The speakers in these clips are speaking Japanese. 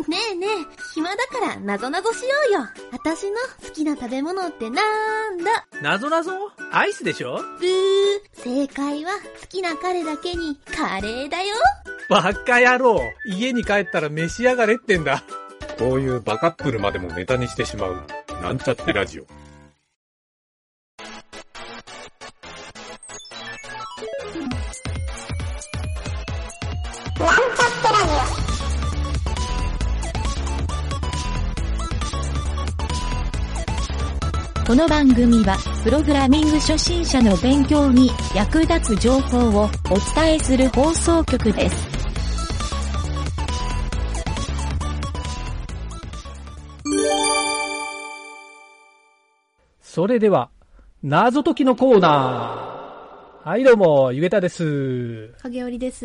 ねえねえ、暇だからなぞなぞしようよ。私の好きな食べ物ってなんだ？ なぞなぞ？アイスでしょ？ ブー。正解は好きな彼だけにカレーだよ。 バカ野郎。家に帰ったら召し上がれってんだ。 こういうバカップルまでもネタにしてしまうなんちゃってラジオ。 この番組はプログラミング初心者の勉強に役立つ情報をお伝えする放送局です。 それでは謎解きのコーナー。はい、どうもゆげたです。 影織です。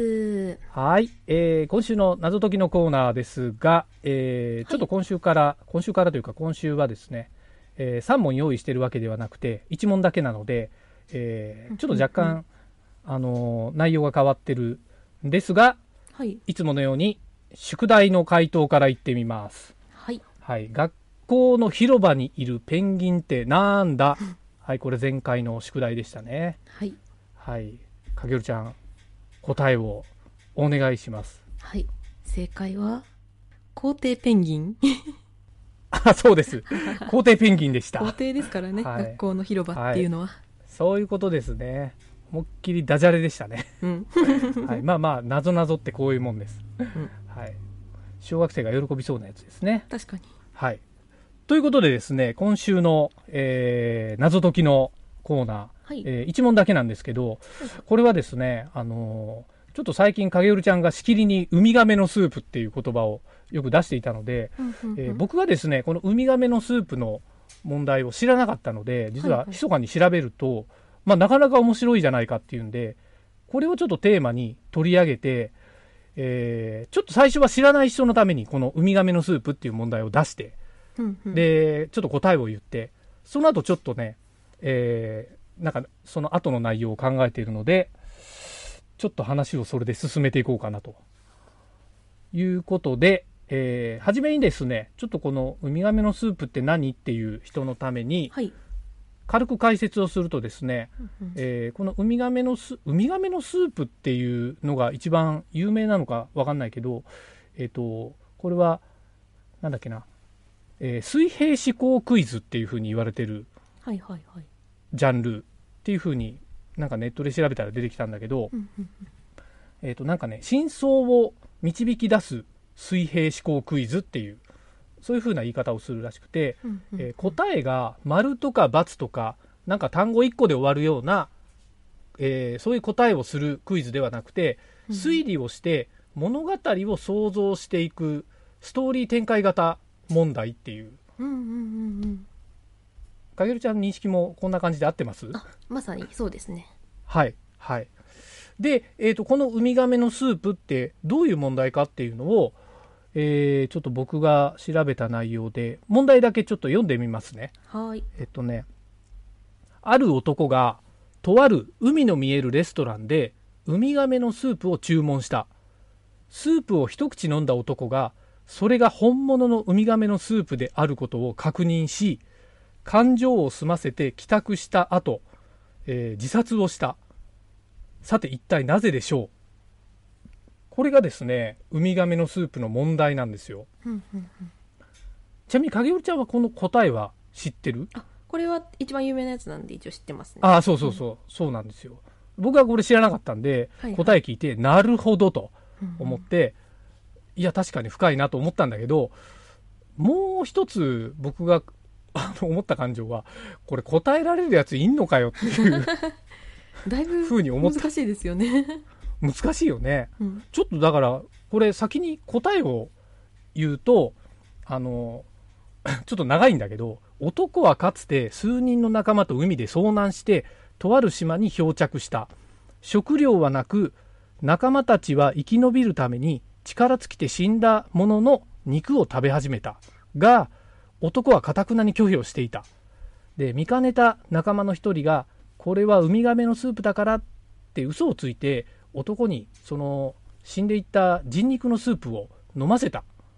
はい、今週の謎解きのコーナーですが、ちょっと今週からというか今週はですね、3問用意してるわけではなくて1問だけなので、ちょっと若干、内容が変わってるんですが、 はい、 いつものように宿題の回答からいってみます。 はい、 はい、学校の広場にいるペンギンってなんだ？はい、これ前回の宿題でしたね。 はい、 はい、かげるちゃん答えをお願いします。 はい、正解は皇帝ペンギン。 あ、そうです。皇帝ペンギンでした。 皇帝ですからね、はい、学校の広場っていうのは、はい、 そういうことですね。思いっきりダジャレでしたね。うん、はい、まあまあなぞなぞってこういうもんです。うん、はい、小学生が喜びそうなやつですね。 確かに。 はい。ということでですね、今週の、謎解きのコーナー、はい、1問だけなんですけど、これはですね、ちょっと最近影織ちゃんがしきりにウミガメのスープっていう言葉をよく出していたので、僕がですねこのウミガメのスープの問題を知らなかったので、実は密かに調べると、まあ、なかなか面白いじゃないかっていうんで、これをちょっとテーマに取り上げて、ちょっと最初は知らない人のためにこのウミガメのスープっていう問題を出して、でちょっと答えを言って、その後ちょっとね、なんかその後の内容を考えているので、ちょっと話をそれで進めていこうかなということで、初めにですね、ちょっとこのウミガメのスープって何っていう人のために軽く解説をするとですね、このウミガメのスープっていうのが一番有名なのか分かんないけど、これはなんだっけな、水平思考クイズっていうふうに言われてるジャンルっていうふうになんかネットで調べたら出てきたんだけど、なんかね、真相を導き出す水平思考クイズっていう、そういうふうな言い方をするらしくて、答えが丸とか×とかなんか単語1個で終わるような、そういう答えをするクイズではなくて、推理をして物語を想像していくストーリー展開型問題っていう。かげるちゃんの認識もこんな感じで合ってます？ まさにそうですね。 はいはい。で、このウミガメのスープってどういう問題かっていうのを、ちょっと僕が調べた内容で問題だけちょっと読んでみますね。 はい。 ある男がとある海の見えるレストランでウミガメのスープを注文した。スープを一口飲んだ男がそれが本物のウミガメのスープであることを確認し、感情を済ませて帰宅した後、自殺をした。さて一体なぜでしょう。これがですね、ウミガメのスープの問題なんですよ。ちなみに影織ちゃんはこの答えは知ってる？ これは一番有名なやつなんで一応知ってますね。 そうそうそう、そうなんですよ。僕はこれ知らなかったんで、答え聞いてなるほどと思って、いや確かに深いなと思ったんだけど、もう一つ僕が思った感情は、これ答えられるやついんのかよっていうだいぶ難しいですよね。 難しいよね、ちょっとだからこれ先に答えを言うとちょっと長いんだけど、男はかつて数人の仲間と海で遭難してとある島に漂着した。食料はなく仲間たちは生き延びるために力尽きて死んだものの肉を食べ始めたが、男は頑なに拒否をしていた。で、見かねた仲間の一人がこれはウミガメのスープだからって嘘をついて男にその死んでいった人肉のスープを飲ませた。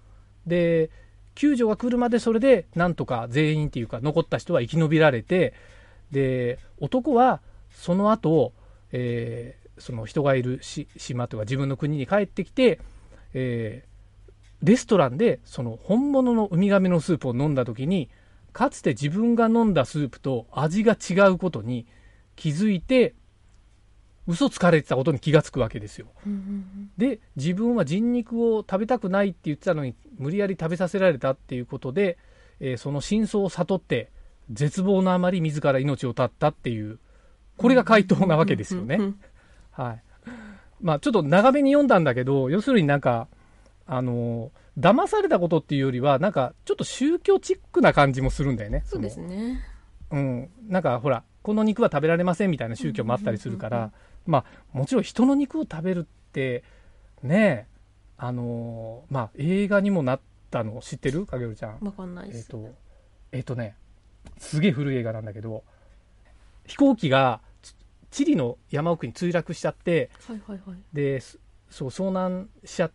で救助が来るまでそれでなんとか全員っていうか残った人は生き延びられて、で男はその後、その人がいる島というか自分の国に帰ってきて、レストランでその本物のウミガメのスープを飲んだ時に、かつて自分が飲んだスープと味が違うことに気づいて、嘘つかれてたことに気がつくわけですよ。で自分は人肉を食べたくないって言ってたのに無理やり食べさせられたっていうことで、その真相を悟って絶望のあまり自ら命を絶ったっていう、これが回答なわけですよね。はい。まあちょっと長めに読んだんだけど、要するになんか騙されたことっていうよりはなんかちょっと宗教チックな感じもするんだよね。 そうですね。 なんかほらこの肉は食べられませんみたいな宗教もあったりするから、まあもちろん人の肉を食べるってね、まあ映画にもなったの知ってる？影織ちゃん。 わかんないです。 ね、すげえ古い映画なんだけど、飛行機がチリの山奥に墜落しちゃって、でそう遭難しちゃって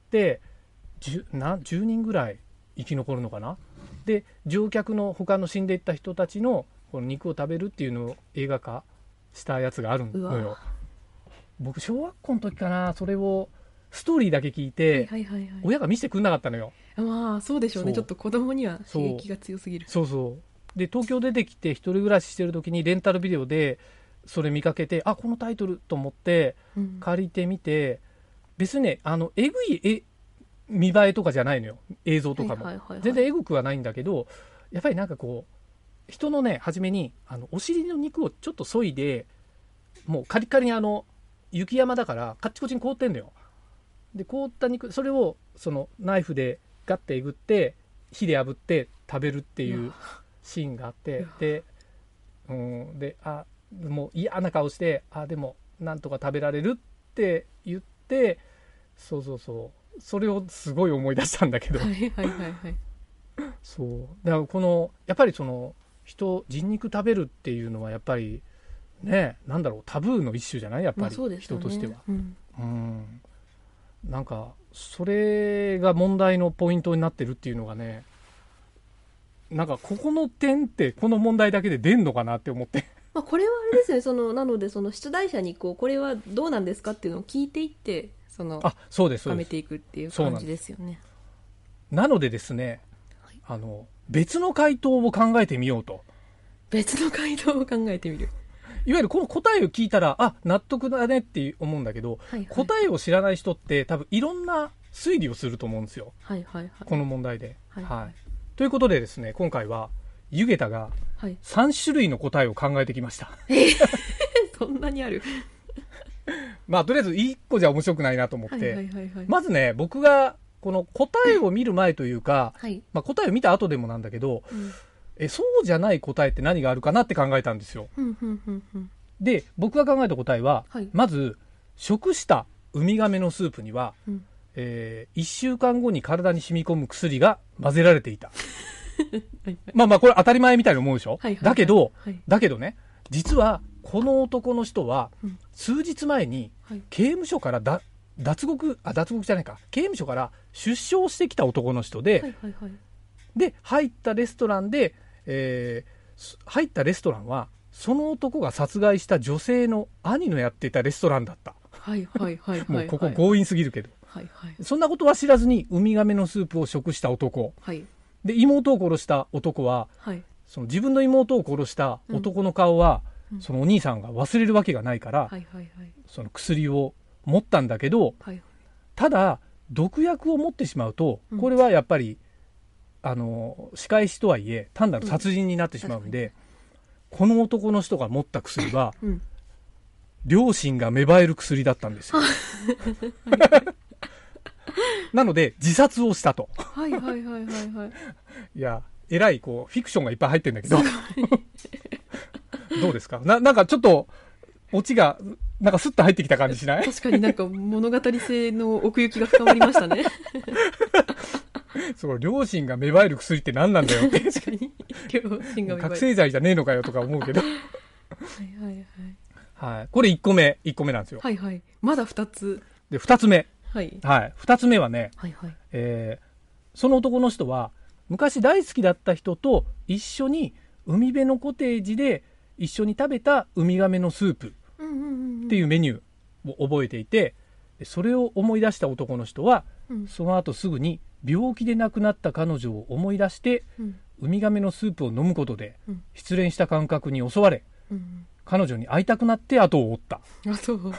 10人ぐらい生き残るのかな。で乗客の他の死んでいった人たちのこの肉を食べるっていうのを映画化したやつがあるのよ。僕小学校の時かな、それをストーリーだけ聞いて、親が見せてくんなかったのよ。 まあそうでしょうね。ちょっと子供には刺激が強すぎる。 そうで東京出てきて一人暮らししてる時にレンタルビデオでそれ見かけて、あこのタイトルと思って借りてみて、別にねえぐい見栄えとかじゃないのよ、映像とかも、全然えぐくはないんだけど、やっぱりなんかこう人のね初めにお尻の肉をちょっと削いで、もうカリカリに雪山だからカッチコチに凍ってんのよ。で凍った肉、それをそのナイフでガッてえぐって火で炙って食べるっていうシーンがあって、でもう嫌な顔して、でもなんとか食べられるって言って、それをすごい思い出したんだけどそうだからこのやっぱりその人肉食べるっていうのはやっぱりね、なんだろう、タブーの一種じゃない、やっぱり、人としては、なんかそれが問題のポイントになってるっていうのがね、なんかここの点ってこの問題だけで出んのかなって思ってこれはあれですね、なのでその出題者にこれはどうなんですかっていうのを聞いていって、 そうです、 深めていくっていう感じですよね。 なのでですね、別の回答を考えてみようと。 別の回答を考えてみる。 いわゆるこの答えを聞いたら納得だねって思うんだけど、答えを知らない人って多分いろんな推理をすると思うんですよ、この問題で、ということでですね、今回はゆげたが3種類の答えを考えてきました、 そんなにあるまあとりあえず1個じゃ面白くないなと思って、まずね、僕がこの答えを見る前というか、答えを見た後でもなんだけど、そうじゃない答えって何があるかなって考えたんですよ。で僕が考えた答えは、まず食したウミガメのスープには、1週間後に体に染み込む薬が混ぜられていたまあこれ当たり前みたいに思うでしょ、だけどね、実はこの男の人は数日前に刑務所から脱獄じゃないか、刑務所から出所してきた男の人で、で入ったレストランはその男が殺害した女性の兄のやっていたレストランだった。もうここ強引すぎるけど、そんなことは知らずにウミガメのスープを食した男、で妹を殺した男は、その自分の妹を殺した男の顔は、そのお兄さんが忘れるわけがないから、その薬を持ったんだけど、ただ毒薬を持ってしまうと、これはやっぱり仕返しとはいえ単なる殺人になってしまうんで、この男の人が持った薬は、良心が芽生える薬だったんですよなので自殺をしたといや、えらいフィクションがいっぱい入ってるんだけどどうですか、なんかちょっとオチがなんかスッと入ってきた感じしない？ 確かになんか物語性の奥行きが深まりましたねそう、両親が芽生える薬って何なんだよって確かに両親が芽生える覚醒剤じゃねえのかよとか思うけどこれ1個目なんですよ。まだ2つで、2つ目2つ目はね、 その男の人は昔大好きだった人と一緒に海辺のコテージで一緒に食べたウミガメのスープっていうメニューを覚えていて、それを思い出した男の人は、その後すぐに病気で亡くなった彼女を思い出して、ウミガメのスープを飲むことで失恋した感覚に襲われ、彼女に会いたくなって後を追った。 後を追った。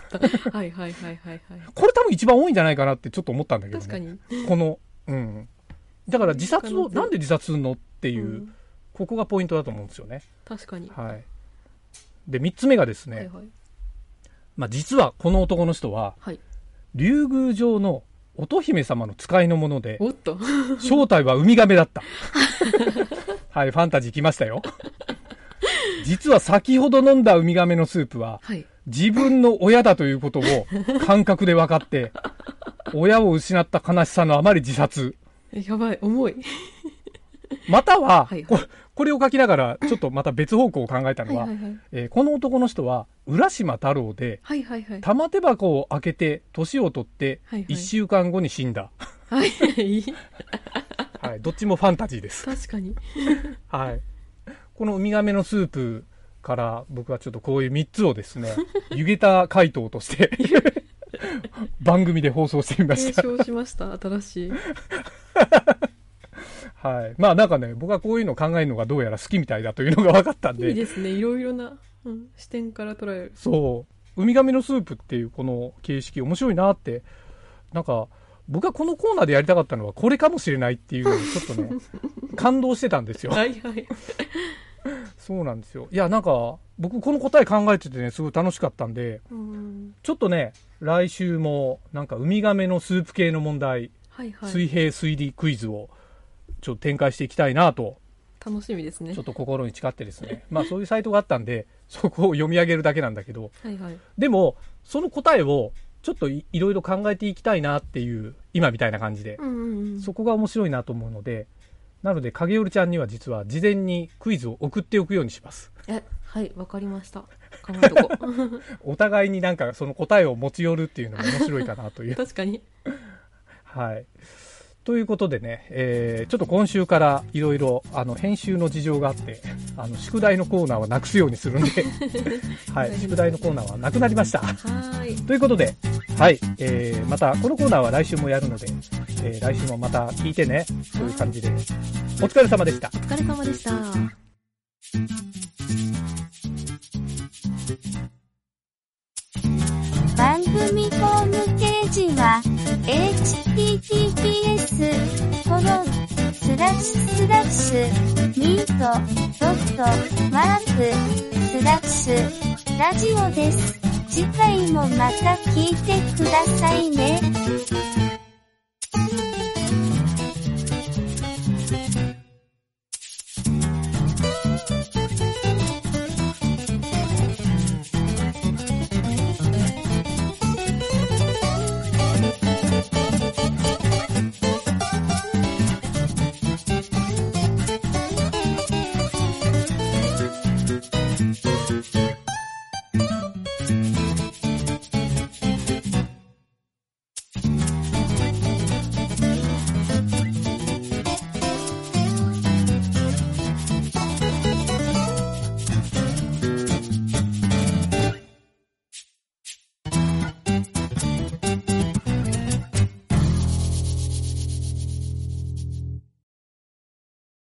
はいはいはいはいはい。 これ多分一番多いんじゃないかなってちょっと思ったんだけどね。 確かに。 この、だから自殺をなんで自殺するのっていう、ここがポイントだと思うんですよね。 確かに。 はい。で、3つ目がですね、実はこの男の人は、竜宮城の乙姫様の使いのもので、 おっと正体はウミガメだった。はい、ファンタジー来ましたよ。実は先ほど飲んだウミガメのスープは、自分の親だということを感覚で分かって、親を失った悲しさのあまり自殺。 やばい、重い。 または、これを書きながらちょっとまた別方向を考えたのは、この男の人は浦島太郎で、玉手箱を開けて年を取って1週間後に死んだ。はい、どっちもファンタジーです。 確かに。 はい。このウミガメのスープから僕はちょっとこういう3つをですね、湯桁回答として番組で放送してみました。 継承しました。新しい。 はい。まあなんかね、僕はこういうのを考えるのがどうやら好きみたいだというのが分かったんで。 いいですね。いろいろな、視点から捉える。 そう。ウミガメのスープっていうこの形式面白いなって、なんか僕はこのコーナーでやりたかったのはこれかもしれないっていうのをちょっとね、感動してたんですよ。 はいはい。 そうなんですよ。いや、なんか僕この答え考えててね、すごい楽しかったんで、ちょっとね、来週もなんかウミガメのスープ系の問題、水平推理クイズをちょっと展開していきたいなと。 楽しみですね。 ちょっと心に誓ってですね。まあそういうサイトがあったんで、そこを読み上げるだけなんだけど、でもその答えをちょっといろいろ考えていきたいなっていう、今みたいな感じで、そこが面白いなと思うので、なので影織ちゃんには実は事前にクイズを送っておくようにします。 はい、わかりました。考えとこう。 お互いになんかその答えを持ち寄るっていうのが面白いかなという。 確かに。 はい。ということでね、ちょっと今週からいろいろ編集の事情があって、宿題のコーナーはなくすようにするんで、はい、宿題のコーナーはなくなりました。 はい。 ということで、はい、またこのコーナーは来週もやるので、来週もまた聞いてね。そういう感じで。お疲れ様でした。 お疲れ様でした。 番組ホームページは https://meet.mark/ラジオです。次回もまた聞いてくださいね。